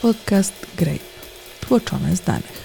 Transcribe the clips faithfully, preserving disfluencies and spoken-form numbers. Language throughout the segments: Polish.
Podcast Grape. Tłoczone z danych.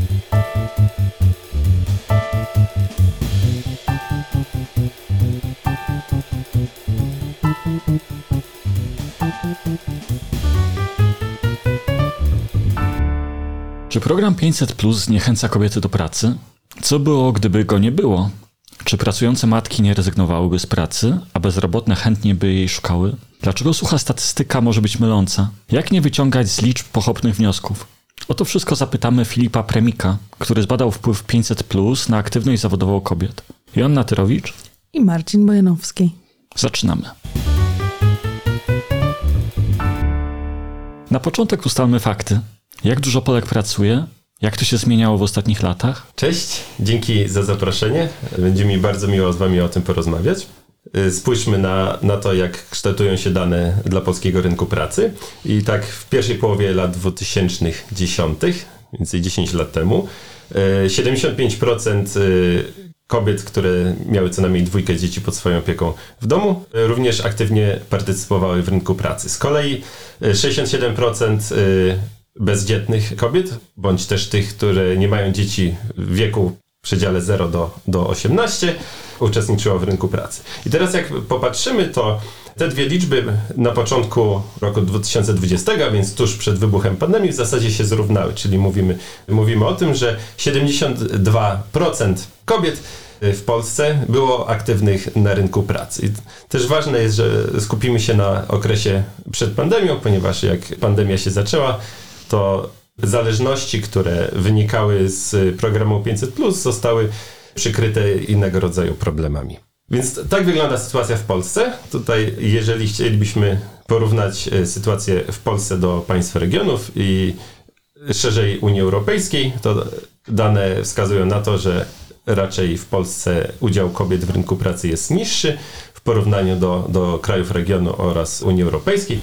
Czy program pięćset plus zniechęca kobiety do pracy? Co było, gdyby go nie było? Czy pracujące matki nie rezygnowałyby z pracy, a bezrobotne chętnie by jej szukały? Dlaczego sucha statystyka może być myląca? Jak nie wyciągać z liczb pochopnych wniosków? O to wszystko zapytamy Filipa Premika, który zbadał wpływ pięćset plus na aktywność zawodową kobiet. Joanna Tyrowicz i Marcin Bojanowski. Zaczynamy. Na początek ustalmy fakty. Jak dużo Polek pracuje? Jak to się zmieniało w ostatnich latach? Cześć, dzięki za zaproszenie. Będzie mi bardzo miło z wami o tym porozmawiać. Spójrzmy na, na to, jak kształtują się dane dla polskiego rynku pracy. I tak w pierwszej połowie lat dwutysięcznych dziesiątych, mniej więcej dziesięć lat temu, siedemdziesiąt pięć procent kobiet, które miały co najmniej dwójkę dzieci pod swoją opieką w domu, również aktywnie partycypowały w rynku pracy. Z kolei sześćdziesiąt siedem procent bezdzietnych kobiet, bądź też tych, które nie mają dzieci w wieku w przedziale zero do osiemnastu, uczestniczyło w rynku pracy. I teraz jak popatrzymy, to te dwie liczby na początku roku dwa tysiące dwudziestego, a więc tuż przed wybuchem pandemii, w zasadzie się zrównały, czyli mówimy, mówimy o tym, że siedemdziesiąt dwa procent kobiet w Polsce było aktywnych na rynku pracy. I też ważne jest, że skupimy się na okresie przed pandemią, ponieważ jak pandemia się zaczęła, to zależności, które wynikały z programu pięćset plus, zostały przykryte innego rodzaju problemami. Więc tak wygląda sytuacja w Polsce. Tutaj, jeżeli chcielibyśmy porównać sytuację w Polsce do państw regionów i szerzej Unii Europejskiej, to dane wskazują na to, że raczej w Polsce udział kobiet w rynku pracy jest niższy w porównaniu do, do krajów regionu oraz Unii Europejskiej.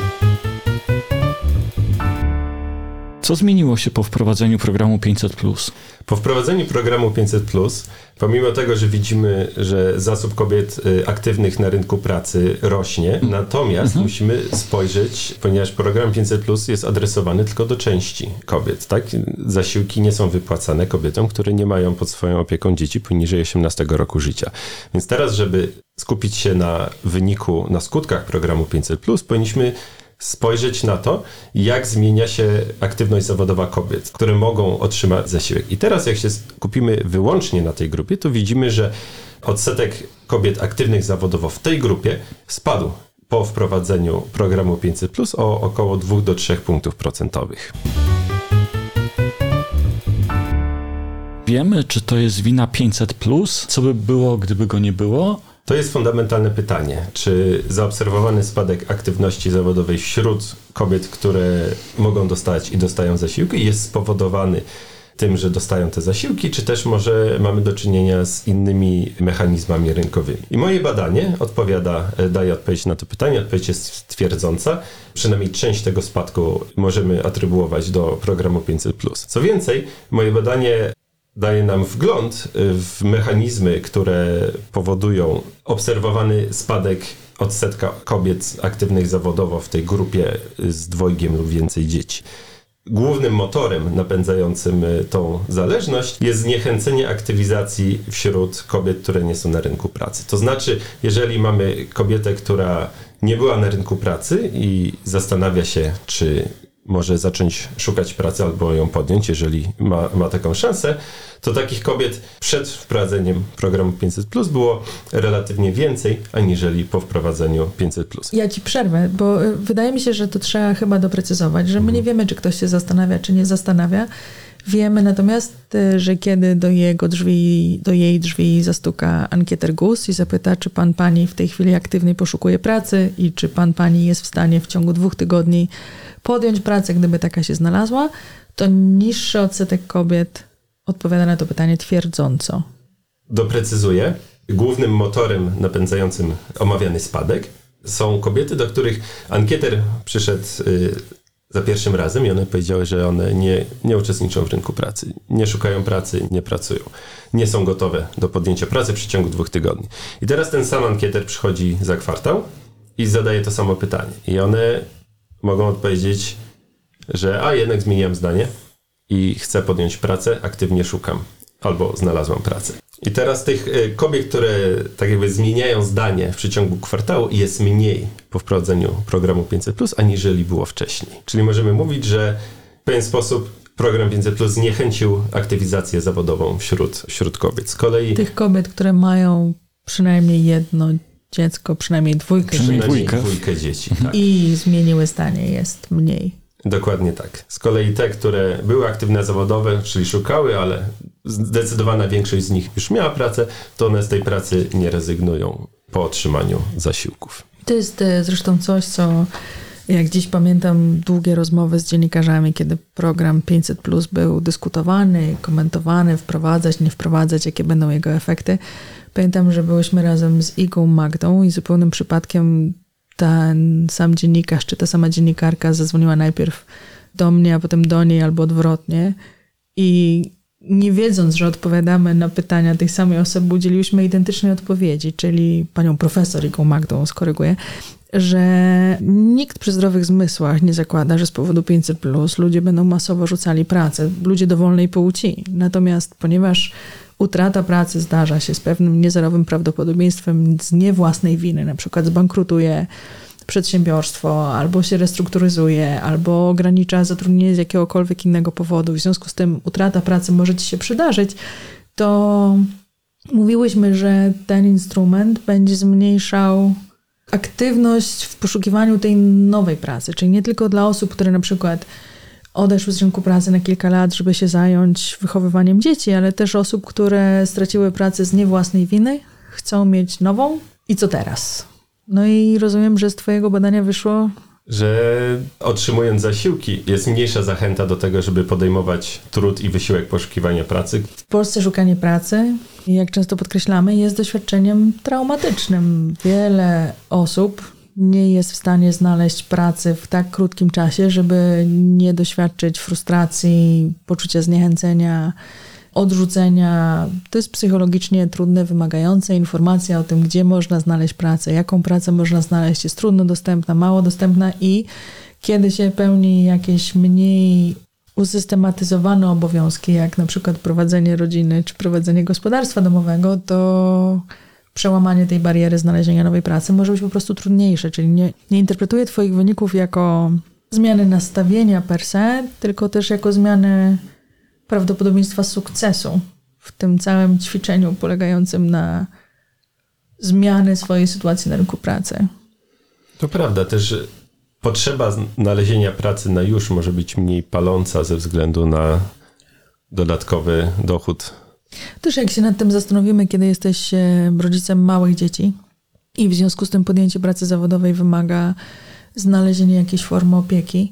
Co zmieniło się po wprowadzeniu programu pięćset plus? Po wprowadzeniu programu pięćset plus, pomimo tego, że widzimy, że zasób kobiet aktywnych na rynku pracy rośnie, natomiast mhm. musimy spojrzeć, ponieważ program pięćset plus jest adresowany tylko do części kobiet, tak? Zasiłki nie są wypłacane kobietom, które nie mają pod swoją opieką dzieci poniżej osiemnastego roku życia. Więc teraz, żeby skupić się na wyniku, na skutkach programu pięćset plus, powinniśmy spojrzeć na to, jak zmienia się aktywność zawodowa kobiet, które mogą otrzymać zasiłek. I teraz jak się skupimy wyłącznie na tej grupie, to widzimy, że odsetek kobiet aktywnych zawodowo w tej grupie spadł po wprowadzeniu programu pięćset plus o około dwa do trzech punktów procentowych. Wiemy, czy to jest wina pięćset plus? Co by było, gdyby go nie było? To jest fundamentalne pytanie. Czy zaobserwowany spadek aktywności zawodowej wśród kobiet, które mogą dostać i dostają zasiłki, jest spowodowany tym, że dostają te zasiłki, czy też może mamy do czynienia z innymi mechanizmami rynkowymi? I moje badanie odpowiada, daje odpowiedź na to pytanie. Odpowiedź jest twierdząca. Przynajmniej część tego spadku możemy atrybuować do programu pięćset plus. Co więcej, moje badanie daje nam wgląd w mechanizmy, które powodują obserwowany spadek odsetka kobiet aktywnych zawodowo w tej grupie z dwojgiem lub więcej dzieci. Głównym motorem napędzającym tą zależność jest zniechęcenie aktywizacji wśród kobiet, które nie są na rynku pracy. To znaczy, jeżeli mamy kobietę, która nie była na rynku pracy i zastanawia się, czy może zacząć szukać pracy albo ją podjąć, jeżeli ma, ma taką szansę, to takich kobiet przed wprowadzeniem programu pięćset plus było relatywnie więcej, aniżeli po wprowadzeniu pięćset plus. Ja ci przerwę, bo wydaje mi się, że to trzeba chyba doprecyzować, że my nie wiemy, czy ktoś się zastanawia, czy nie zastanawia. Wiemy natomiast, że kiedy do jego drzwi, do jej drzwi zastuka ankieter G U S i zapyta, czy pan, pani w tej chwili aktywnie poszukuje pracy i czy pan, pani jest w stanie w ciągu dwóch tygodni podjąć pracę, gdyby taka się znalazła, to niższy odsetek kobiet odpowiada na to pytanie twierdząco. Doprecyzuję. Głównym motorem napędzającym omawiany spadek są kobiety, do których ankieter przyszedł y, za pierwszym razem i one powiedziały, że one nie, nie uczestniczą w rynku pracy, nie szukają pracy, nie pracują, nie są gotowe do podjęcia pracy w przeciągu dwóch tygodni. I teraz ten sam ankieter przychodzi za kwartał i zadaje to samo pytanie. I one mogą odpowiedzieć, że a jednak zmieniłem zdanie i chcę podjąć pracę, aktywnie szukam albo znalazłam pracę. I teraz tych kobiet, które tak jakby zmieniają zdanie w przeciągu kwartału, jest mniej po wprowadzeniu programu pięćset plus, aniżeli było wcześniej. Czyli możemy mówić, że w pewien sposób program pięćset plus zniechęcił aktywizację zawodową wśród, wśród kobiet. Z kolei tych kobiet, które mają przynajmniej jedno dziecko, przynajmniej dwójkę, Przynajmniej dzieci. dwójkę. dwójkę dzieci. Tak. I zmieniły zdanie, jest mniej. Dokładnie tak. Z kolei te, które były aktywne zawodowo, czyli szukały, ale zdecydowana większość z nich już miała pracę, to one z tej pracy nie rezygnują po otrzymaniu zasiłków. To jest zresztą coś, co jak dziś pamiętam długie rozmowy z dziennikarzami, kiedy program pięćset plus był dyskutowany, komentowany, wprowadzać, nie wprowadzać, jakie będą jego efekty. Pamiętam, że byłyśmy razem z Igą Magdą i zupełnym przypadkiem ten sam dziennikarz, czy ta sama dziennikarka zadzwoniła najpierw do mnie, a potem do niej albo odwrotnie i nie wiedząc, że odpowiadamy na pytania tej samej osoby, udzieliłyśmy identycznej odpowiedzi, czyli panią profesor Igą Magdą skoryguję, że nikt przy zdrowych zmysłach nie zakłada, że z powodu pięćset plus ludzie będą masowo rzucali pracę, ludzie dowolnej płci. Natomiast ponieważ utrata pracy zdarza się z pewnym niezerowym prawdopodobieństwem z nie własnej winy, na przykład zbankrutuje przedsiębiorstwo, albo się restrukturyzuje, albo ogranicza zatrudnienie z jakiegokolwiek innego powodu, w związku z tym utrata pracy może ci się przydarzyć, to mówiłyśmy, że ten instrument będzie zmniejszał aktywność w poszukiwaniu tej nowej pracy, czyli nie tylko dla osób, które na przykład odeszły z rynku pracy na kilka lat, żeby się zająć wychowywaniem dzieci, ale też osób, które straciły pracę z nie własnej winy, chcą mieć nową i co teraz? No i rozumiem, że z twojego badania wyszło, że otrzymując zasiłki jest mniejsza zachęta do tego, żeby podejmować trud i wysiłek poszukiwania pracy. w Polsce szukanie pracy, jak często podkreślamy, jest doświadczeniem traumatycznym. Wiele osób nie jest w stanie znaleźć pracy w tak krótkim czasie, żeby nie doświadczyć frustracji, poczucia zniechęcenia, odrzucenia. To jest psychologicznie trudne, wymagające. Informacja o tym, gdzie można znaleźć pracę, jaką pracę można znaleźć, jest trudno dostępna, mało dostępna i kiedy się pełni jakieś mniej usystematyzowane obowiązki, jak na przykład prowadzenie rodziny czy prowadzenie gospodarstwa domowego, to przełamanie tej bariery znalezienia nowej pracy może być po prostu trudniejsze. Czyli nie, nie interpretuję twoich wyników jako zmiany nastawienia per se, tylko też jako zmiany prawdopodobieństwa sukcesu w tym całym ćwiczeniu polegającym na zmiany swojej sytuacji na rynku pracy. To prawda, też potrzeba znalezienia pracy na już może być mniej paląca ze względu na dodatkowy dochód. Też jak się nad tym zastanowimy, kiedy jesteś rodzicem małych dzieci i w związku z tym podjęcie pracy zawodowej wymaga znalezienia jakiejś formy opieki,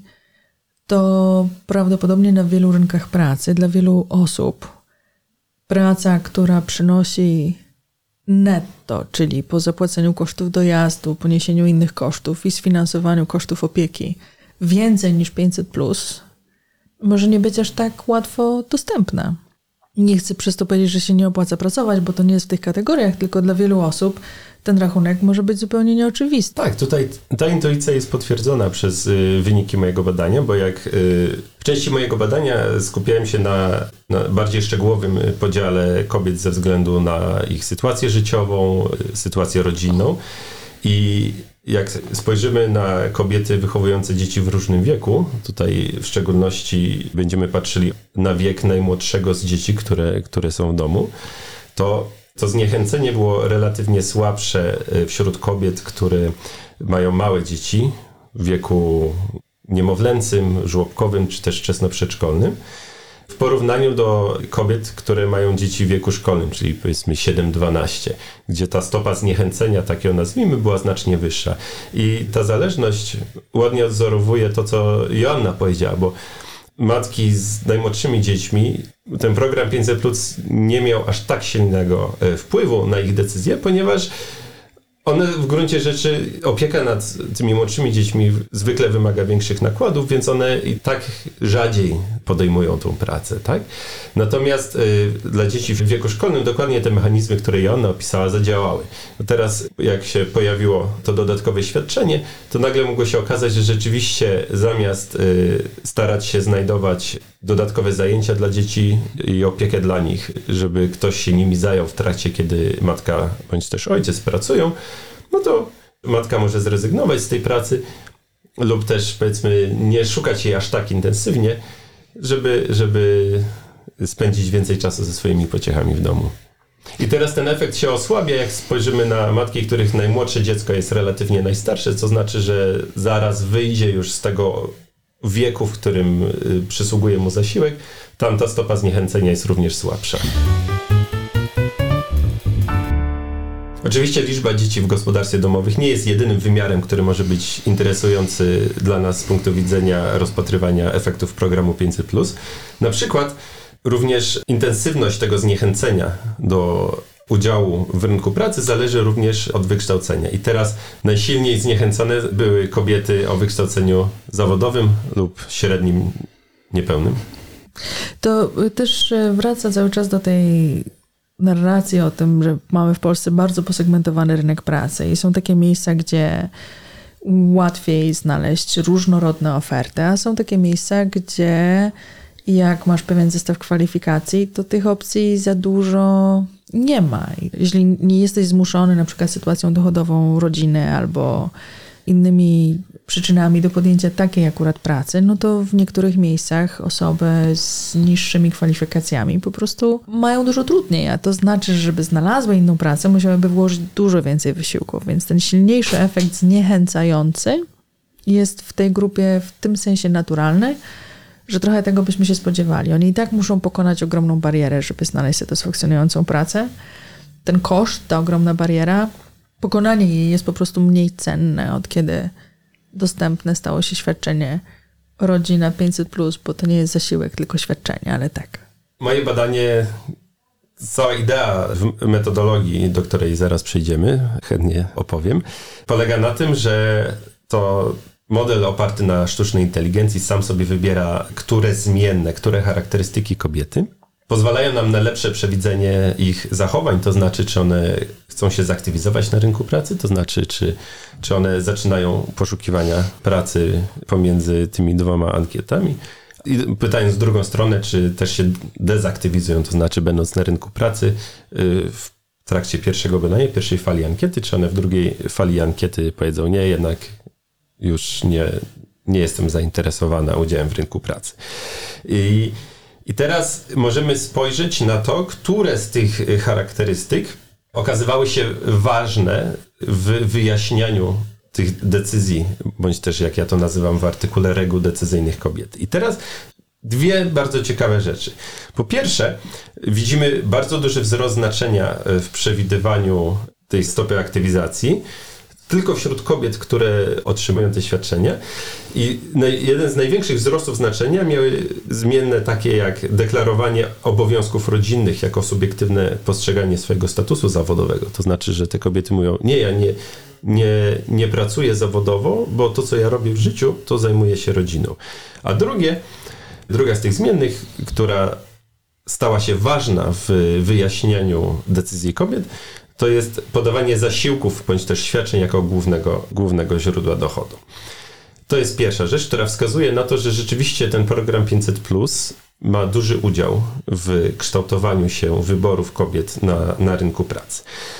to prawdopodobnie na wielu rynkach pracy, dla wielu osób praca, która przynosi netto, czyli po zapłaceniu kosztów dojazdu, poniesieniu innych kosztów i sfinansowaniu kosztów opieki więcej niż pięćset plus, może nie być aż tak łatwo dostępna. Nie chcę przez to powiedzieć, że się nie opłaca pracować, bo to nie jest w tych kategoriach, tylko dla wielu osób ten rachunek może być zupełnie nieoczywisty. Tak, tutaj ta intuicja jest potwierdzona przez y, wyniki mojego badania, bo jak y, w części mojego badania skupiałem się na, na bardziej szczegółowym podziale kobiet ze względu na ich sytuację życiową, y, sytuację rodzinną i jak spojrzymy na kobiety wychowujące dzieci w różnym wieku, tutaj w szczególności będziemy patrzyli na wiek najmłodszego z dzieci, które, które są w domu, to to zniechęcenie było relatywnie słabsze wśród kobiet, które mają małe dzieci w wieku niemowlęcym, żłobkowym czy też wczesnoprzedszkolnym, w porównaniu do kobiet, które mają dzieci w wieku szkolnym, czyli powiedzmy siedem dwanaście, gdzie ta stopa zniechęcenia, tak ją nazwijmy, była znacznie wyższa. I ta zależność ładnie odzorowuje to, co Joanna powiedziała, bo matki z najmłodszymi dziećmi, ten program pięćset plus nie miał aż tak silnego wpływu na ich decyzje, ponieważ One w gruncie rzeczy, opieka nad tymi młodszymi dziećmi zwykle wymaga większych nakładów, więc one i tak rzadziej podejmują tą pracę, tak? Natomiast y, dla dzieci w wieku szkolnym dokładnie te mechanizmy, które Joanna opisała, zadziałały. Teraz jak się pojawiło to dodatkowe świadczenie, to nagle mogło się okazać, że rzeczywiście zamiast y, starać się znajdować dodatkowe zajęcia dla dzieci i opiekę dla nich, żeby ktoś się nimi zajął w trakcie, kiedy matka bądź też ojciec pracują, no to matka może zrezygnować z tej pracy lub też, powiedzmy, nie szukać jej aż tak intensywnie, żeby, żeby spędzić więcej czasu ze swoimi pociechami w domu. I teraz ten efekt się osłabia, jak spojrzymy na matki, których najmłodsze dziecko jest relatywnie najstarsze, co znaczy, że zaraz wyjdzie już z tego wieku, w którym przysługuje mu zasiłek, tam ta stopa zniechęcenia jest również słabsza. Oczywiście liczba dzieci w gospodarstwie domowym nie jest jedynym wymiarem, który może być interesujący dla nas z punktu widzenia rozpatrywania efektów programu pięćset plus. Na przykład również intensywność tego zniechęcenia do udziału w rynku pracy zależy również od wykształcenia. I teraz najsilniej zniechęcone były kobiety o wykształceniu zawodowym lub średnim niepełnym. To też wraca cały czas do tej narracji o tym, że mamy w Polsce bardzo posegmentowany rynek pracy i są takie miejsca, gdzie łatwiej znaleźć różnorodne oferty, a są takie miejsca, gdzie jak masz pewien zestaw kwalifikacji, to tych opcji za dużo nie ma. Jeśli nie jesteś zmuszony na przykład sytuacją dochodową rodziny albo innymi przyczynami do podjęcia takiej akurat pracy, no to w niektórych miejscach osoby z niższymi kwalifikacjami po prostu mają dużo trudniej, a to znaczy, że żeby znalazły inną pracę, musiałyby włożyć dużo więcej wysiłków, więc ten silniejszy efekt zniechęcający jest w tej grupie w tym sensie naturalny, że trochę tego byśmy się spodziewali. Oni i tak muszą pokonać ogromną barierę, żeby znaleźć satysfakcjonującą pracę. Ten koszt, ta ogromna bariera, pokonanie jej jest po prostu mniej cenne, od kiedy dostępne stało się świadczenie Rodzina pięćset plus, bo to nie jest zasiłek, tylko świadczenie, ale tak. Moje badanie, cała idea w metodologii, do której zaraz przejdziemy, chętnie opowiem, polega na tym, że to model oparty na sztucznej inteligencji sam sobie wybiera, które zmienne, które charakterystyki kobiety pozwalają nam na lepsze przewidzenie ich zachowań, to znaczy, czy one chcą się zaktywizować na rynku pracy, to znaczy, czy, czy one zaczynają poszukiwania pracy pomiędzy tymi dwoma ankietami. I pytając w drugą stronę, czy też się dezaktywizują, to znaczy będąc na rynku pracy w trakcie pierwszego badania, pierwszej fali ankiety, czy one w drugiej fali ankiety powiedzą nie, jednak już nie, nie jestem zainteresowana udziałem w rynku pracy. I I teraz możemy spojrzeć na to, które z tych charakterystyk okazywały się ważne w wyjaśnianiu tych decyzji, bądź też jak ja to nazywam w artykule reguł decyzyjnych kobiet. I teraz dwie bardzo ciekawe rzeczy. Po pierwsze, widzimy bardzo duży wzrost znaczenia w przewidywaniu tej stopy aktywizacji, tylko wśród kobiet, które otrzymują te świadczenia. I jeden z największych wzrostów znaczenia miały zmienne takie jak deklarowanie obowiązków rodzinnych jako subiektywne postrzeganie swojego statusu zawodowego. To znaczy, że te kobiety mówią, nie, ja nie, nie, nie pracuję zawodowo, bo to, co ja robię w życiu, to zajmuję się rodziną. A drugie, druga z tych zmiennych, która stała się ważna w wyjaśnianiu decyzji kobiet, to jest podawanie zasiłków bądź też świadczeń jako głównego, głównego źródła dochodu. To jest pierwsza rzecz, która wskazuje na to, że rzeczywiście ten program pięćset plus ma duży udział w kształtowaniu się wyborów kobiet na, na rynku pracy.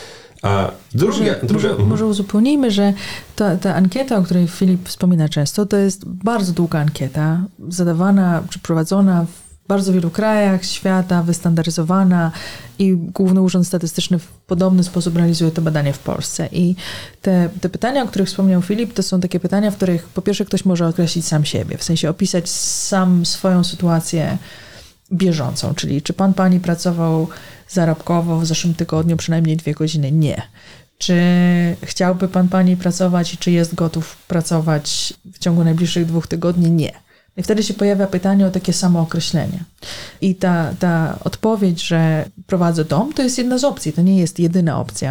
A druga, może, druga... może, może uzupełnijmy, że ta, ta ankieta, o której Filip wspomina często, to jest bardzo długa ankieta, zadawana czy prowadzona w bardzo wielu krajach świata, wystandaryzowana i Główny Urząd Statystyczny w podobny sposób realizuje to badanie w Polsce. I te, te pytania, o których wspomniał Filip, to są takie pytania, w których po pierwsze ktoś może określić sam siebie, w sensie opisać sam swoją sytuację bieżącą, czyli czy pan, pani pracował zarobkowo w zeszłym tygodniu przynajmniej dwie godziny? Nie. Czy chciałby pan, pani pracować i czy jest gotów pracować w ciągu najbliższych dwóch tygodni? Nie. I wtedy się pojawia pytanie o takie samo określenie. I ta, ta odpowiedź, że prowadzę dom, to jest jedna z opcji, to nie jest jedyna opcja.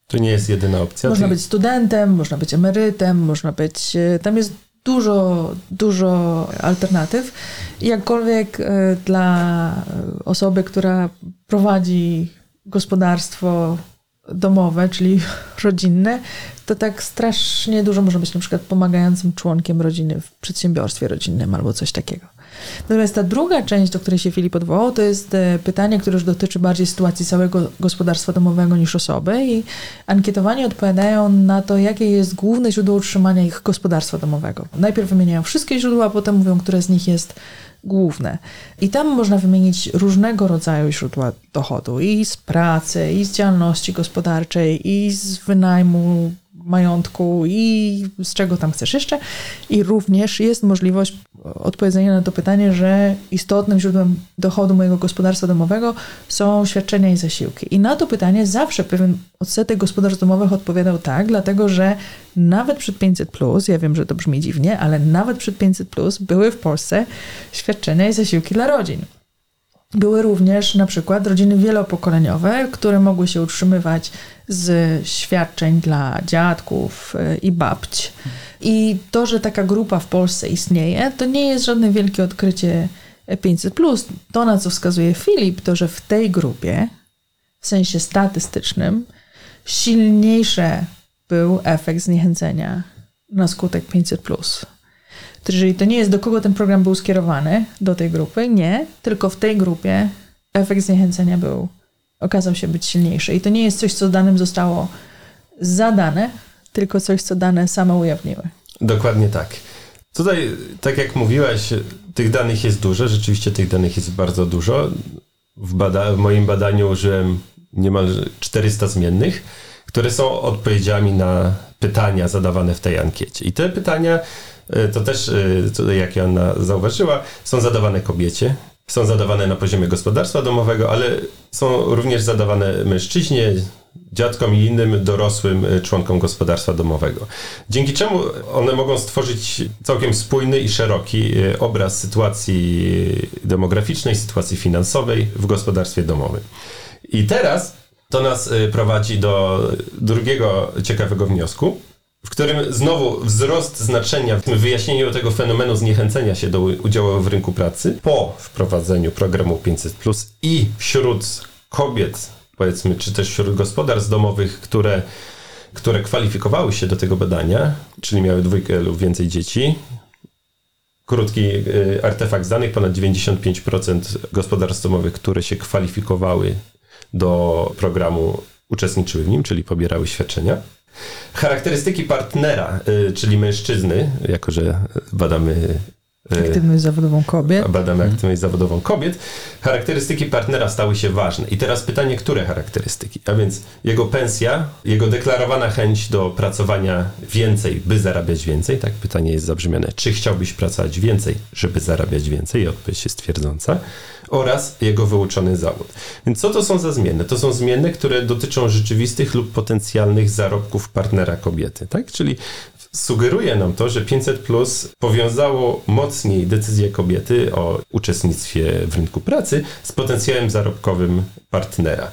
To nie jest jedyna opcja. Można Ty... być studentem, można być emerytem, można być... Tam jest dużo, dużo alternatyw. Jakkolwiek dla osoby, która prowadzi gospodarstwo domowe, czyli rodzinne, to tak strasznie dużo może być na przykład pomagającym członkiem rodziny w przedsiębiorstwie rodzinnym albo coś takiego. Natomiast ta druga część, do której się Filip odwołał, to jest pytanie, które już dotyczy bardziej sytuacji całego gospodarstwa domowego niż osoby i ankietowani odpowiadają na to, jakie jest główne źródło utrzymania ich gospodarstwa domowego. Najpierw wymieniają wszystkie źródła, a potem mówią, które z nich jest główne. I tam można wymienić różnego rodzaju źródła dochodu i z pracy, i z działalności gospodarczej, i z wynajmu majątku, i z czego tam chcesz jeszcze. I również jest możliwość odpowiedzenia na to pytanie, że istotnym źródłem dochodu mojego gospodarstwa domowego są świadczenia i zasiłki. I na to pytanie zawsze pewien odsetek gospodarstw domowych odpowiadał tak, dlatego że nawet przed pięćset plus, ja wiem, że to brzmi dziwnie, ale nawet przed pięćset plus były w Polsce świadczenia i zasiłki dla rodzin. Były również na przykład rodziny wielopokoleniowe, które mogły się utrzymywać z świadczeń dla dziadków i babć. I to, że taka grupa w Polsce istnieje, to nie jest żadne wielkie odkrycie pięćset plus. To, na co wskazuje Filip, to, że w tej grupie, w sensie statystycznym, silniejszy był efekt zniechęcenia na skutek pięćset plus. Czyli to nie jest, do kogo ten program był skierowany, do tej grupy, nie, tylko w tej grupie efekt zniechęcenia był, okazał się być silniejszy. I to nie jest coś, co danym zostało zadane, tylko coś, co dane same ujawniły. Dokładnie tak. Tutaj, tak jak mówiłaś, tych danych jest dużo, rzeczywiście tych danych jest bardzo dużo. W, bada- w moim badaniu użyłem niemal czterysta zmiennych, które są odpowiedziami na pytania zadawane w tej ankiecie. I te pytania, to też, jak Joanna zauważyła, są zadawane kobiecie, są zadawane na poziomie gospodarstwa domowego, ale są również zadawane mężczyźnie, dziadkom i innym dorosłym członkom gospodarstwa domowego. Dzięki czemu one mogą stworzyć całkiem spójny i szeroki obraz sytuacji demograficznej, sytuacji finansowej w gospodarstwie domowym. I teraz to nas prowadzi do drugiego ciekawego wniosku, w którym znowu wzrost znaczenia w wyjaśnieniu tego fenomenu zniechęcenia się do udziału w rynku pracy po wprowadzeniu programu pięćset plus i wśród kobiet, powiedzmy, czy też wśród gospodarstw domowych, które, które kwalifikowały się do tego badania, czyli miały dwójkę lub więcej dzieci. Krótki artefakt danych, ponad dziewięćdziesiąt pięć procent gospodarstw domowych, które się kwalifikowały do programu, uczestniczyły w nim, czyli pobierały świadczenia. Charakterystyki partnera, czyli mężczyzny, jako że badamy aktywność zawodową kobiet. Badamy aktywność zawodową kobiet. Charakterystyki partnera stały się ważne. I teraz pytanie, które charakterystyki? A więc jego pensja, jego deklarowana chęć do pracowania więcej, by zarabiać więcej. Tak, pytanie jest zabrzmiane. Czy chciałbyś pracować więcej, żeby zarabiać więcej? I odpowiedź jest twierdząca. Oraz jego wyuczony zawód. Więc co to są za zmienne? To są zmienne, które dotyczą rzeczywistych lub potencjalnych zarobków partnera kobiety. Tak? Czyli sugeruje nam to, że pięćset plus powiązało mocniej decyzję kobiety o uczestnictwie w rynku pracy z potencjałem zarobkowym partnera.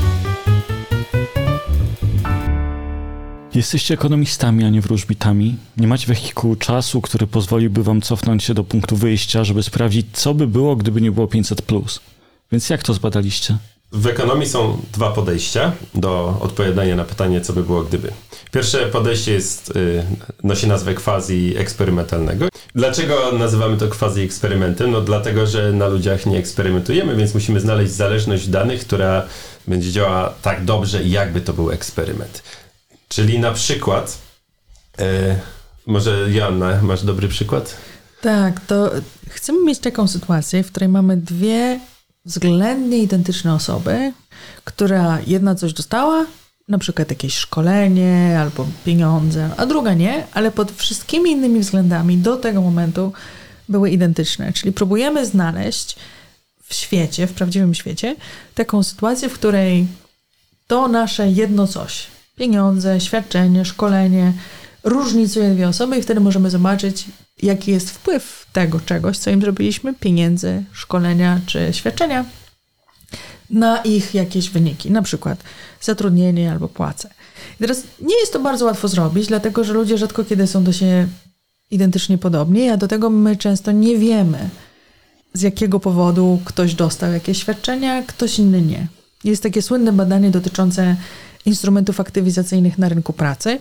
Jesteście ekonomistami, a nie wróżbitami. Nie macie wehikułu czasu, który pozwoliłby wam cofnąć się do punktu wyjścia, żeby sprawdzić, co by było, gdyby nie było pięćset plus. Więc jak to zbadaliście? W ekonomii są dwa podejścia do odpowiadania na pytanie, co by było gdyby. Pierwsze podejście jest, nosi nazwę quasi-eksperymentalnego. Dlaczego nazywamy to quasi-eksperymentem? No dlatego, że na ludziach nie eksperymentujemy, więc musimy znaleźć zależność danych, która będzie działała tak dobrze, jakby to był eksperyment. Czyli na przykład, e, może Joanna, masz dobry przykład? Tak, to chcemy mieć taką sytuację, w której mamy dwie względnie identyczne osoby, która jedna coś dostała, na przykład jakieś szkolenie albo pieniądze, a druga nie, ale pod wszystkimi innymi względami do tego momentu były identyczne. Czyli próbujemy znaleźć w świecie, w prawdziwym świecie, taką sytuację, w której to nasze jedno coś, pieniądze, świadczenie, szkolenie, różnicuje dwie osoby i wtedy możemy zobaczyć, jaki jest wpływ tego czegoś, co im zrobiliśmy, pieniędzy, szkolenia czy świadczenia, na ich jakieś wyniki, na przykład zatrudnienie albo płace. I teraz nie jest to bardzo łatwo zrobić, dlatego że ludzie rzadko kiedy są do siebie identycznie podobni, a do tego my często nie wiemy, z jakiego powodu ktoś dostał jakieś świadczenia, ktoś inny nie. Jest takie słynne badanie dotyczące instrumentów aktywizacyjnych na rynku pracy,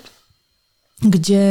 gdzie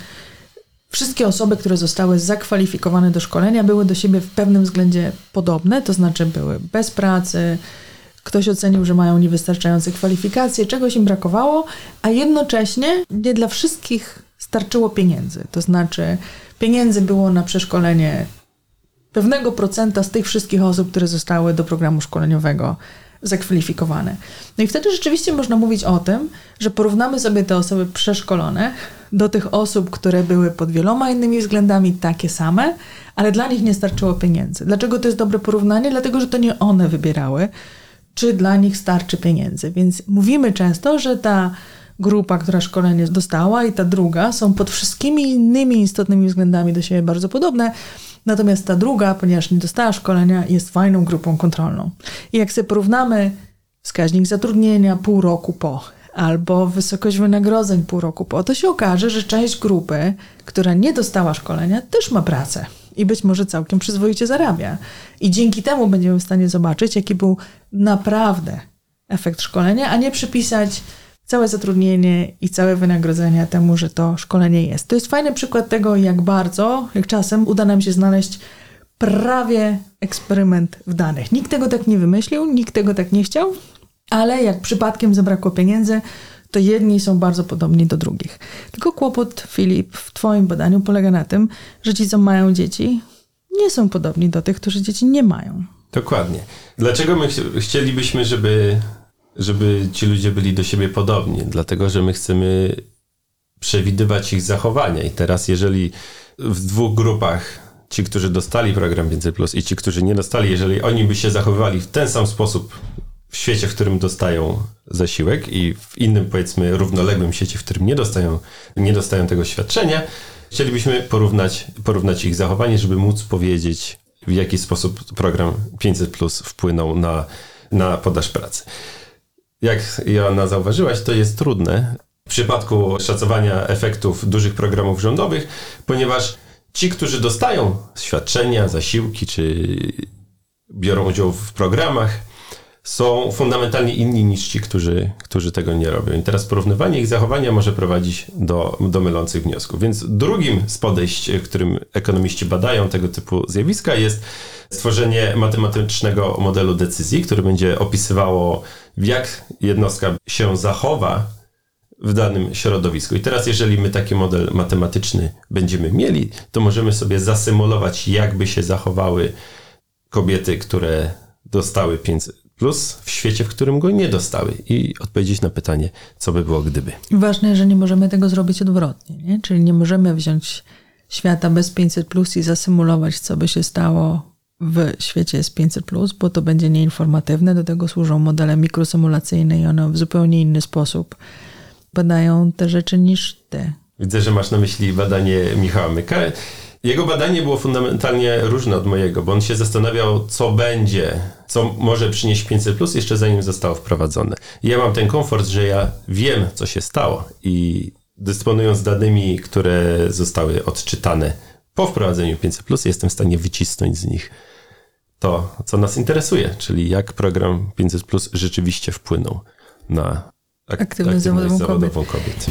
wszystkie osoby, które zostały zakwalifikowane do szkolenia, były do siebie w pewnym względzie podobne, to znaczy były bez pracy, ktoś ocenił, że mają niewystarczające kwalifikacje, czegoś im brakowało, a jednocześnie nie dla wszystkich starczyło pieniędzy. To znaczy pieniędzy było na przeszkolenie pewnego procenta z tych wszystkich osób, które zostały do programu szkoleniowego zakwalifikowane. No i wtedy rzeczywiście można mówić o tym, że porównamy sobie te osoby przeszkolone do tych osób, które były pod wieloma innymi względami takie same, ale dla nich nie starczyło pieniędzy. Dlaczego to jest dobre porównanie? Dlatego, że to nie one wybierały, czy dla nich starczy pieniędzy. Więc mówimy często, że ta grupa, która szkolenie dostała i ta druga są pod wszystkimi innymi istotnymi względami do siebie bardzo podobne, natomiast ta druga, ponieważ nie dostała szkolenia, jest fajną grupą kontrolną. I jak sobie porównamy wskaźnik zatrudnienia pół roku po, albo wysokość wynagrodzeń pół roku po, to się okaże, że część grupy, która nie dostała szkolenia, też ma pracę i być może całkiem przyzwoicie zarabia. I dzięki temu będziemy w stanie zobaczyć, jaki był naprawdę efekt szkolenia, a nie przypisać całe zatrudnienie i całe wynagrodzenie temu, że to szkolenie jest. To jest fajny przykład tego, jak bardzo, jak czasem uda nam się znaleźć prawie eksperyment w danych. Nikt tego tak nie wymyślił, nikt tego tak nie chciał, ale jak przypadkiem zabrakło pieniędzy, to jedni są bardzo podobni do drugich. Tylko kłopot, Filip, w twoim badaniu polega na tym, że ci, co mają dzieci, nie są podobni do tych, którzy dzieci nie mają. Dokładnie. Dlaczego my ch- chcielibyśmy, żeby, żeby ci ludzie byli do siebie podobni? Dlatego, że my chcemy przewidywać ich zachowania. I teraz jeżeli w dwóch grupach ci, którzy dostali program pięćset plus i ci, którzy nie dostali, jeżeli oni by się zachowywali w ten sam sposób w świecie, w którym dostają zasiłek i w innym, powiedzmy, równoległym świecie, w którym nie dostają, nie dostają tego świadczenia, chcielibyśmy porównać, porównać ich zachowanie, żeby móc powiedzieć, w jaki sposób program pięćset plus wpłynął na, na podaż pracy. Jak Joanna zauważyłaś, to jest trudne w przypadku szacowania efektów dużych programów rządowych, ponieważ ci, którzy dostają świadczenia, zasiłki, czy biorą udział w programach, są fundamentalnie inni niż ci, którzy, którzy tego nie robią. I teraz porównywanie ich zachowania może prowadzić do, do mylących wniosków. Więc drugim z podejść, w którym ekonomiści badają tego typu zjawiska, jest stworzenie matematycznego modelu decyzji, który będzie opisywało, jak jednostka się zachowa w danym środowisku. I teraz, jeżeli my taki model matematyczny będziemy mieli, to możemy sobie zasymulować, jakby się zachowały kobiety, które dostały pięćset plus w świecie, w którym go nie dostały i odpowiedzieć na pytanie, co by było gdyby. Ważne, że nie możemy tego zrobić odwrotnie, nie? Czyli nie możemy wziąć świata bez pięćset plus i zasymulować, co by się stało w świecie z pięćset plus, bo to będzie nieinformatywne. Do tego służą modele mikrosymulacyjne i one w zupełnie inny sposób badają te rzeczy niż ty. Widzę, że masz na myśli badanie Michała Myka. Jego badanie było fundamentalnie różne od mojego, bo on się zastanawiał, co będzie, co może przynieść pięćset plus jeszcze zanim zostało wprowadzone. I ja mam ten komfort, że ja wiem, co się stało i dysponując danymi, które zostały odczytane po wprowadzeniu pięćset plus, jestem w stanie wycisnąć z nich to, co nas interesuje, czyli jak program pięćset plus rzeczywiście wpłynął na ak- aktywność zawodową, zawodową kobiet. kobiet.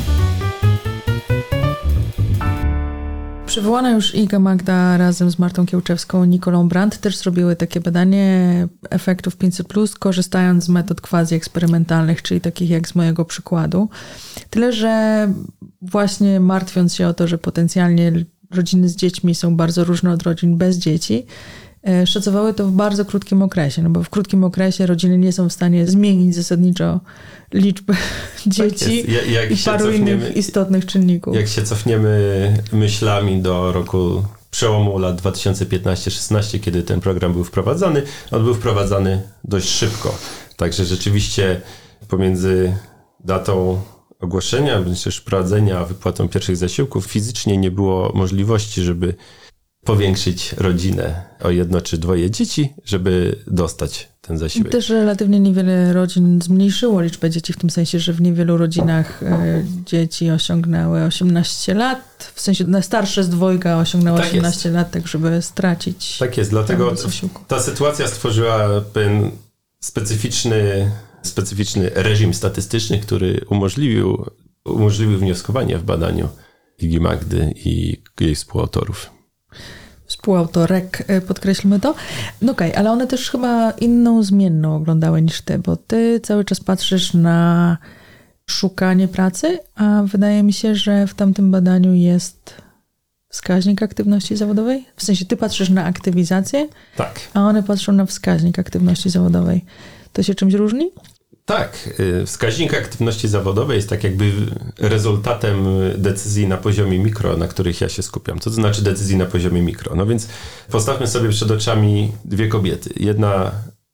Przywołana już Iga Magda razem z Martą Kiełczewską i Nikolą Brandt też zrobiły takie badanie efektów pięćset plus, korzystając z metod quasi-eksperymentalnych, czyli takich jak z mojego przykładu. Tyle, że właśnie martwiąc się o to, że potencjalnie rodziny z dziećmi są bardzo różne od rodzin bez dzieci, szacowały to w bardzo krótkim okresie, no bo w krótkim okresie rodziny nie są w stanie zmienić zasadniczo liczby dzieci tak jak, jak i paru innych istotnych czynników. Jak się cofniemy myślami do roku przełomu lat dwa tysiące piętnaście szesnaście, kiedy ten program był wprowadzany, on był wprowadzany dość szybko. Także rzeczywiście pomiędzy datą ogłoszenia, bądź też wprowadzenia, a wypłatą pierwszych zasiłków fizycznie nie było możliwości, żeby powiększyć rodzinę o jedno czy dwoje dzieci, żeby dostać ten zasiłek. Też relatywnie niewiele rodzin zmniejszyło liczbę dzieci, w tym sensie, że w niewielu rodzinach e, dzieci osiągnęły osiemnaście lat, w sensie najstarsze z dwojga osiągnęło tak osiemnaście jest. lat, tak żeby stracić. Tak jest, dlatego ta sytuacja stworzyła pewien specyficzny, specyficzny reżim statystyczny, który umożliwił, umożliwił wnioskowanie w badaniu Igi Magdy i jej współautorów. Współautorek, podkreślmy to. No okej, okay, ale one też chyba inną zmienną oglądały niż ty, bo ty cały czas patrzysz na szukanie pracy, a wydaje mi się, że w tamtym badaniu jest wskaźnik aktywności zawodowej. W sensie ty patrzysz na aktywizację, tak, a one patrzą na wskaźnik aktywności zawodowej. To się czymś różni? Tak, wskaźnik aktywności zawodowej jest tak jakby rezultatem decyzji na poziomie mikro, na których ja się skupiam. Co to znaczy decyzji na poziomie mikro? No więc postawmy sobie przed oczami dwie kobiety. Jedna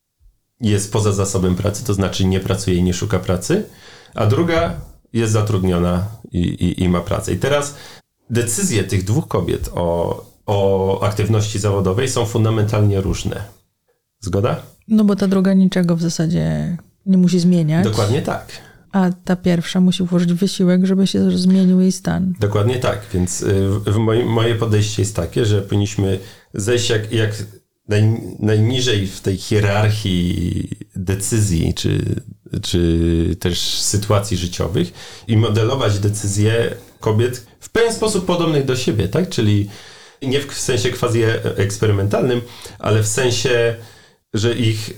jest poza zasobem pracy, to znaczy nie pracuje i nie szuka pracy, a druga jest zatrudniona i, i, i ma pracę. I teraz decyzje tych dwóch kobiet o, o aktywności zawodowej są fundamentalnie różne. Zgoda? No bo ta druga niczego w zasadzie nie musi zmieniać. Dokładnie tak. A ta pierwsza musi włożyć wysiłek, żeby się zmienił jej stan. Dokładnie tak, więc w moim, moje podejście jest takie, że powinniśmy zejść jak, jak naj, najniżej w tej hierarchii decyzji, czy, czy też sytuacji życiowych i modelować decyzje kobiet w pewien sposób podobnych do siebie, tak? Czyli nie w sensie quasi eksperymentalnym, ale w sensie, że ich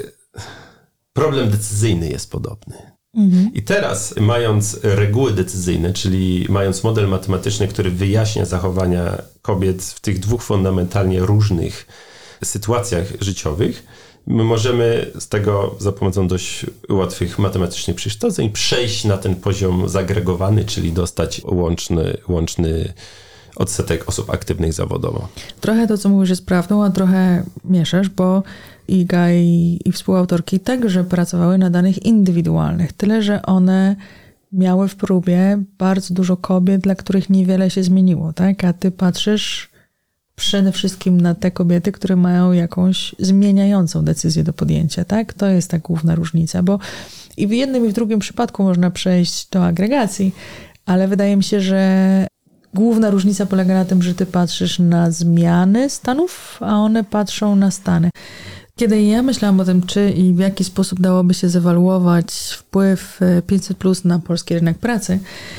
problem decyzyjny jest podobny. Mhm. I teraz, mając reguły decyzyjne, czyli mając model matematyczny, który wyjaśnia zachowania kobiet w tych dwóch fundamentalnie różnych sytuacjach życiowych, my możemy z tego za pomocą dość łatwych matematycznych przekształceń przejść na ten poziom zagregowany, czyli dostać łączny, łączny odsetek osób aktywnych zawodowo. Trochę to, co mówisz, jest prawdą, a trochę mieszasz, bo Iga i, i współautorki także pracowały na danych indywidualnych. Tyle, że one miały w próbie bardzo dużo kobiet, dla których niewiele się zmieniło, tak? A ty patrzysz przede wszystkim na te kobiety, które mają jakąś zmieniającą decyzję do podjęcia, tak? To jest ta główna różnica, bo i w jednym i w drugim przypadku można przejść do agregacji, ale wydaje mi się, że główna różnica polega na tym, że ty patrzysz na zmiany stanów, a one patrzą na stany. Kiedy ja myślałam o tym, czy i w jaki sposób dałoby się zewaluować wpływ pięćset plus na polski rynek pracy,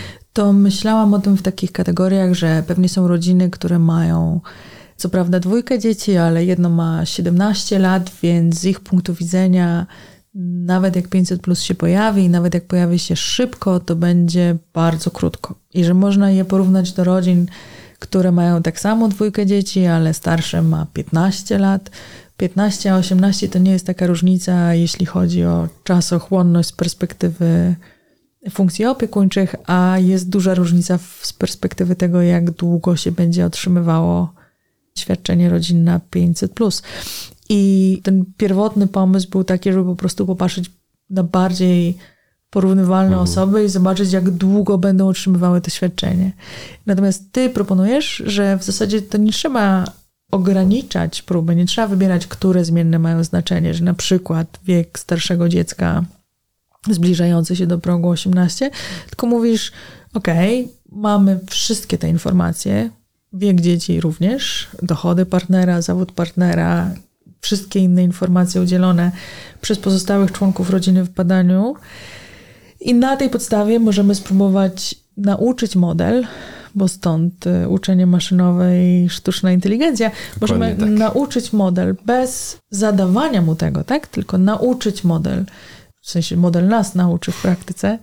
to myślałam o tym w takich kategoriach, że pewnie są rodziny, które mają co prawda dwójkę dzieci, ale jedno ma siedemnaście lat, więc z ich punktu widzenia nawet jak pięćset plus się pojawi i nawet jak pojawi się szybko, to będzie bardzo krótko. I że można je porównać do rodzin, które mają tak samo dwójkę dzieci, ale starsze ma piętnaście lat. piętnaście a osiemnaście to nie jest taka różnica, jeśli chodzi o czasochłonność z perspektywy funkcji opiekuńczych, a jest duża różnica z perspektywy tego, jak długo się będzie otrzymywało świadczenie rodzinne pięćset plus. I ten pierwotny pomysł był taki, żeby po prostu popatrzeć na bardziej porównywalne mhm. osoby i zobaczyć, jak długo będą otrzymywały to świadczenie. Natomiast ty proponujesz, że w zasadzie to nie trzeba ograniczać próby, nie trzeba wybierać, które zmienne mają znaczenie, że na przykład wiek starszego dziecka zbliżający się do progu osiemnaście, tylko mówisz, okej, okay, mamy wszystkie te informacje, wiek dzieci również, dochody partnera, zawód partnera, wszystkie inne informacje udzielone przez pozostałych członków rodziny w badaniu i na tej podstawie możemy spróbować nauczyć model, bo stąd uczenie maszynowe i sztuczna inteligencja. Dokładnie możemy tak. nauczyć model bez zadawania mu tego, tak? Tylko nauczyć model, w sensie model nas nauczy w praktyce,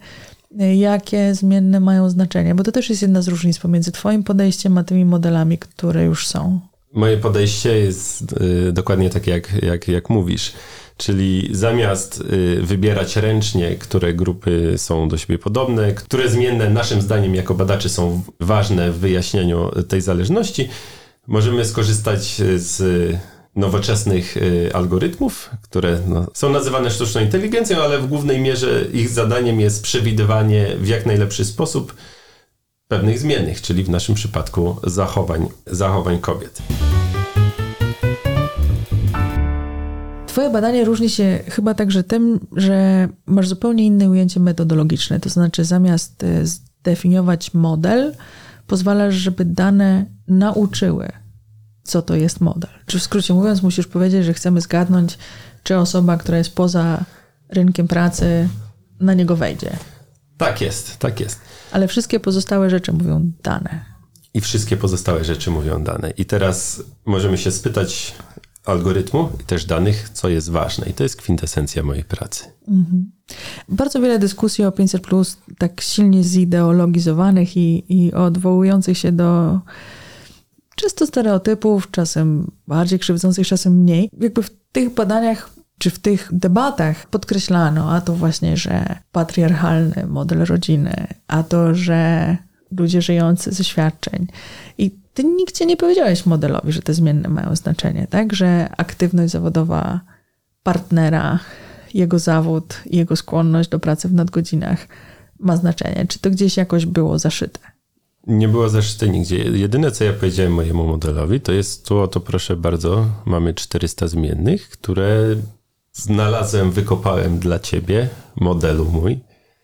jakie zmienne mają znaczenie, bo to też jest jedna z różnic pomiędzy twoim podejściem a tymi modelami, które już są. Moje podejście jest y, dokładnie takie, jak, jak, jak mówisz. Czyli zamiast y, wybierać ręcznie, które grupy są do siebie podobne, które zmienne naszym zdaniem jako badaczy są ważne w wyjaśnieniu tej zależności, możemy skorzystać z nowoczesnych y, algorytmów, które no, są nazywane sztuczną inteligencją, ale w głównej mierze ich zadaniem jest przewidywanie w jak najlepszy sposób pewnych zmiennych, czyli w naszym przypadku zachowań, zachowań kobiet. twoje badanie różni się chyba także tym, że masz zupełnie inne ujęcie metodologiczne. To znaczy zamiast zdefiniować model, pozwalasz, żeby dane nauczyły, co to jest model. Czy w skrócie mówiąc, musisz powiedzieć, że chcemy zgadnąć, czy osoba, która jest poza rynkiem pracy, na niego wejdzie. Tak jest, tak jest. Ale wszystkie pozostałe rzeczy mówią dane. I wszystkie pozostałe rzeczy mówią dane. I teraz możemy się spytać algorytmu i też danych, co jest ważne. I to jest kwintesencja mojej pracy. Mhm. Bardzo wiele dyskusji o pięćset plus, tak silnie zideologizowanych i, i odwołujących się do czysto stereotypów, czasem bardziej krzywdzących, czasem mniej. Jakby w tych badaniach czy w tych debatach podkreślano, a to właśnie, że patriarchalny model rodziny, a to, że ludzie żyjący ze świadczeń. I ty nigdzie nie powiedziałeś modelowi, że te zmienne mają znaczenie, tak? Że aktywność zawodowa partnera, jego zawód, jego skłonność do pracy w nadgodzinach ma znaczenie. Czy to gdzieś jakoś było zaszyte? Nie było zaszyte nigdzie. Jedyne, co ja powiedziałem mojemu modelowi, to jest tu, oto proszę bardzo, mamy czterysta zmiennych, które znalazłem, wykopałem dla ciebie, modelu mój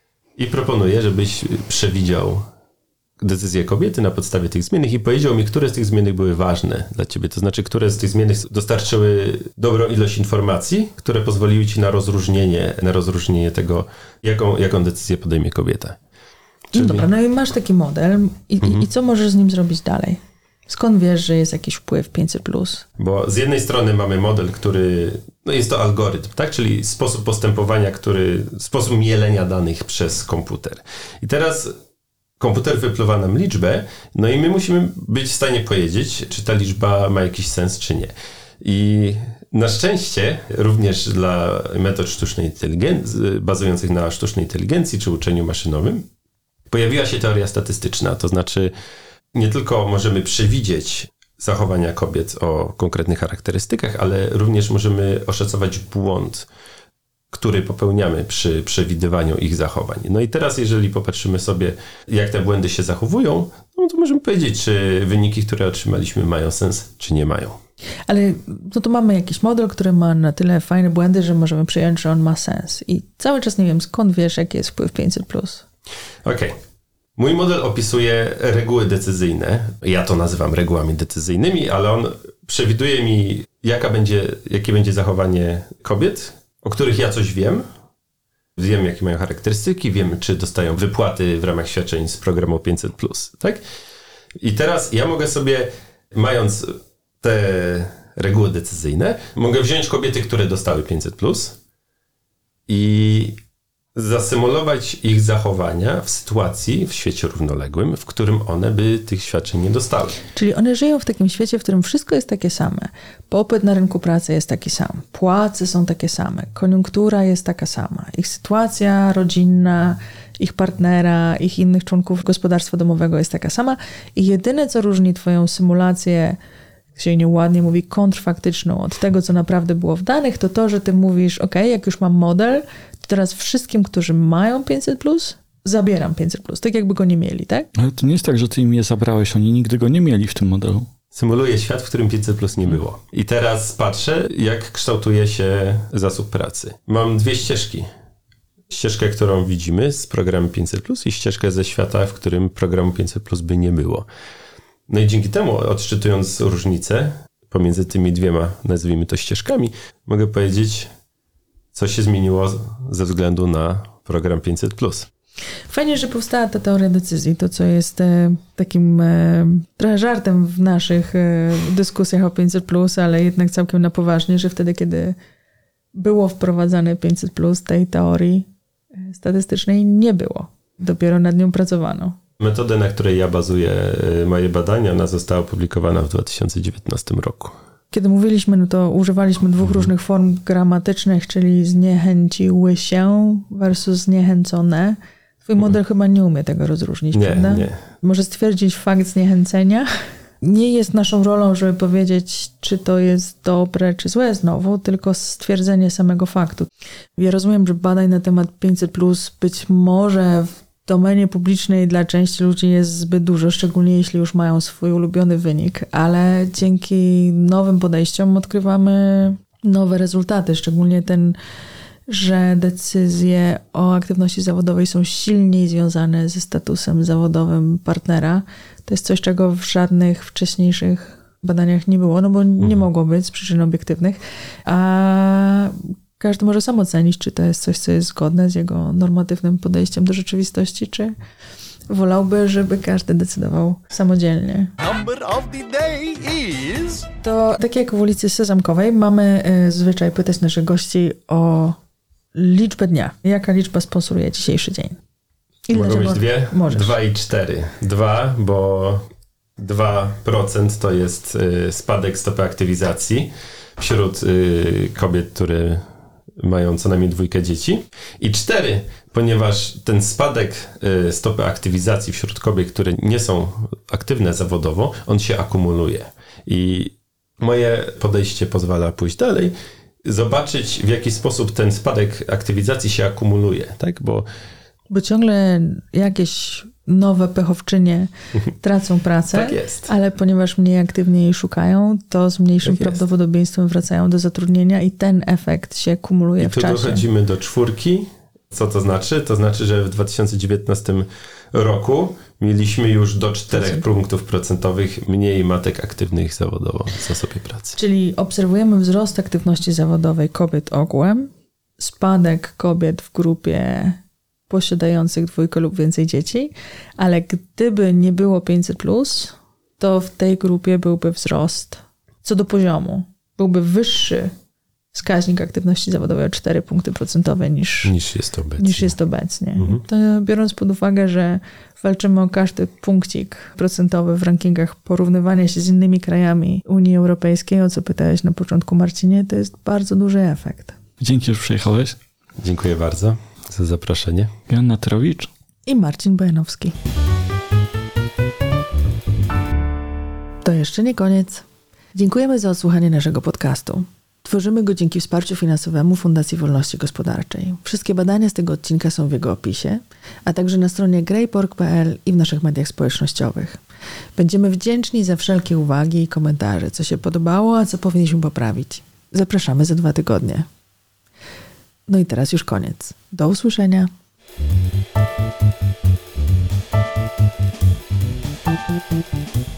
i proponuję, żebyś przewidział decyzję kobiety na podstawie tych zmiennych i powiedział mi, które z tych zmiennych były ważne dla ciebie. To znaczy, które z tych zmiennych dostarczyły dobrą ilość informacji, które pozwoliły ci na rozróżnienie, na rozróżnienie tego, jaką, jaką decyzję podejmie kobieta. Czyli... No dobra, no i masz taki model i, mhm. i co możesz z nim zrobić dalej? Skąd wiesz, że jest jakiś wpływ pięćset plus? Bo z jednej strony mamy model, który, no jest to algorytm, tak? Czyli sposób postępowania, który, sposób mielenia danych przez komputer. I teraz komputer wypluwa nam liczbę, no i my musimy być w stanie powiedzieć, czy ta liczba ma jakiś sens, czy nie. I na szczęście również dla metod sztucznej inteligencji, bazujących na sztucznej inteligencji czy uczeniu maszynowym, pojawiła się teoria statystyczna, to znaczy nie tylko możemy przewidzieć zachowania kobiet o konkretnych charakterystykach, ale również możemy oszacować błąd, który popełniamy przy przewidywaniu ich zachowań. No i teraz, jeżeli popatrzymy sobie, jak te błędy się zachowują, no to możemy powiedzieć, czy wyniki, które otrzymaliśmy, mają sens, czy nie mają. Ale no to mamy jakiś model, który ma na tyle fajne błędy, że możemy przyjąć, że on ma sens. I cały czas nie wiem, skąd wiesz, jaki jest wpływ pięćset plus. Okej. Okay. Mój model opisuje reguły decyzyjne. Ja to nazywam regułami decyzyjnymi, ale on przewiduje mi, jaka będzie, jakie będzie zachowanie kobiet, o których ja coś wiem. Wiem, jakie mają charakterystyki, wiem, czy dostają wypłaty w ramach świadczeń z programu pięćset plus, tak? I teraz ja mogę sobie, mając te reguły decyzyjne, mogę wziąć kobiety, które dostały pięćset plus i zasymulować ich zachowania w sytuacji, w świecie równoległym, w którym one by tych świadczeń nie dostały. Czyli one żyją w takim świecie, w którym wszystko jest takie same. Popyt na rynku pracy jest taki sam. Płace są takie same. Koniunktura jest taka sama. Ich sytuacja rodzinna, ich partnera, ich innych członków gospodarstwa domowego jest taka sama. I jedyne, co różni twoją symulację, jak się nieładnie mówi, kontrfaktyczną od tego, co naprawdę było w danych, to to, że ty mówisz, ok, jak już mam model, to teraz wszystkim, którzy mają pięćset plus, zabieram pięćset plus, tak jakby go nie mieli, tak? Ale to nie jest tak, że ty im je zabrałeś, oni nigdy go nie mieli w tym modelu. Symuluję świat, w którym pięćset plus nie było. I teraz patrzę, jak kształtuje się zasób pracy. Mam dwie ścieżki. Ścieżkę, którą widzimy z programu pięćset plus i ścieżkę ze świata, w którym programu pięćset plus by nie było. No i dzięki temu, odczytując różnice pomiędzy tymi dwiema, nazwijmy to ścieżkami, mogę powiedzieć, co się zmieniło ze względu na program pięćset plus. Fajnie, że powstała ta teoria decyzji, to co jest e, takim e, trochę żartem w naszych e, dyskusjach o pięćset plus, ale jednak całkiem na poważnie, że wtedy, kiedy było wprowadzane pięćset plus, tej teorii statystycznej nie było. Dopiero nad nią pracowano. Metodę, na której ja bazuję moje badania, ona została opublikowana w dwa tysiące dziewiętnastym roku. Kiedy mówiliśmy, no to używaliśmy dwóch różnych form gramatycznych, czyli zniechęciły się versus zniechęcone. Twój model chyba nie umie tego rozróżnić, nie, prawda? Nie. Może stwierdzić fakt zniechęcenia. Nie jest naszą rolą, żeby powiedzieć, czy to jest dobre, czy złe znowu, tylko stwierdzenie samego faktu. Ja rozumiem, że badań na temat pięćset plus być może w domenie publicznej dla części ludzi jest zbyt dużo, szczególnie jeśli już mają swój ulubiony wynik, ale dzięki nowym podejściom odkrywamy nowe rezultaty, szczególnie ten, że decyzje o aktywności zawodowej są silniej związane ze statusem zawodowym partnera. To jest coś, czego w żadnych wcześniejszych badaniach nie było, no bo nie mhm. mogło być z przyczyn obiektywnych, a każdy może sam ocenić, czy to jest coś, co jest zgodne z jego normatywnym podejściem do rzeczywistości, czy wolałby, żeby każdy decydował samodzielnie. Number of the day is... To tak jak w ulicy Sezamkowej mamy y, zwyczaj pytać naszych gości o liczbę dnia. Jaka liczba sponsoruje dzisiejszy dzień? Ile Mogą być dwie? Możesz. Dwa i cztery. Dwa, bo dwa procent to jest y, spadek stopy aktywizacji wśród y, kobiet, które mają co najmniej dwójkę dzieci. I cztery, ponieważ ten spadek y, stopy aktywizacji wśród kobiet, które nie są aktywne zawodowo, on się akumuluje. I moje podejście pozwala pójść dalej, zobaczyć, w jaki sposób ten spadek aktywizacji się akumuluje, tak? Bo, Bo ciągle jakieś nowe pechowczynie tracą pracę, tak jest. Ale ponieważ mniej aktywnie jej szukają, to z mniejszym tak prawdopodobieństwem wracają do zatrudnienia i ten efekt się kumuluje I w czasie. I tu dochodzimy do czwórki. Co to znaczy? To znaczy, że w dwa tysiące dziewiętnastym roku mieliśmy już do czterech punktów procentowych mniej matek aktywnych zawodowo w zasobie pracy. Czyli obserwujemy wzrost aktywności zawodowej kobiet ogółem, spadek kobiet w grupie posiadających dwójkę lub więcej dzieci, ale gdyby nie było pięćset plus, to w tej grupie byłby wzrost co do poziomu. Byłby wyższy wskaźnik aktywności zawodowej o cztery punkty procentowe niż, niż jest obecnie. Niż jest obecnie. Mhm. To biorąc pod uwagę, że walczymy o każdy punkcik procentowy w rankingach porównywania się z innymi krajami Unii Europejskiej, o co pytałeś na początku, Marcinie, to jest bardzo duży efekt. Dzięki, że przyjechałeś. Dziękuję bardzo za zaproszenie. Joanna Terowicz i Marcin Bojanowski. To jeszcze nie koniec. Dziękujemy za odsłuchanie naszego podcastu. Tworzymy go dzięki wsparciu finansowemu Fundacji Wolności Gospodarczej. Wszystkie badania z tego odcinka są w jego opisie, a także na stronie greypork kropka p l i w naszych mediach społecznościowych. Będziemy wdzięczni za wszelkie uwagi i komentarze, co się podobało, a co powinniśmy poprawić. Zapraszamy za dwa tygodnie. No i teraz już koniec. Do usłyszenia. Thank you.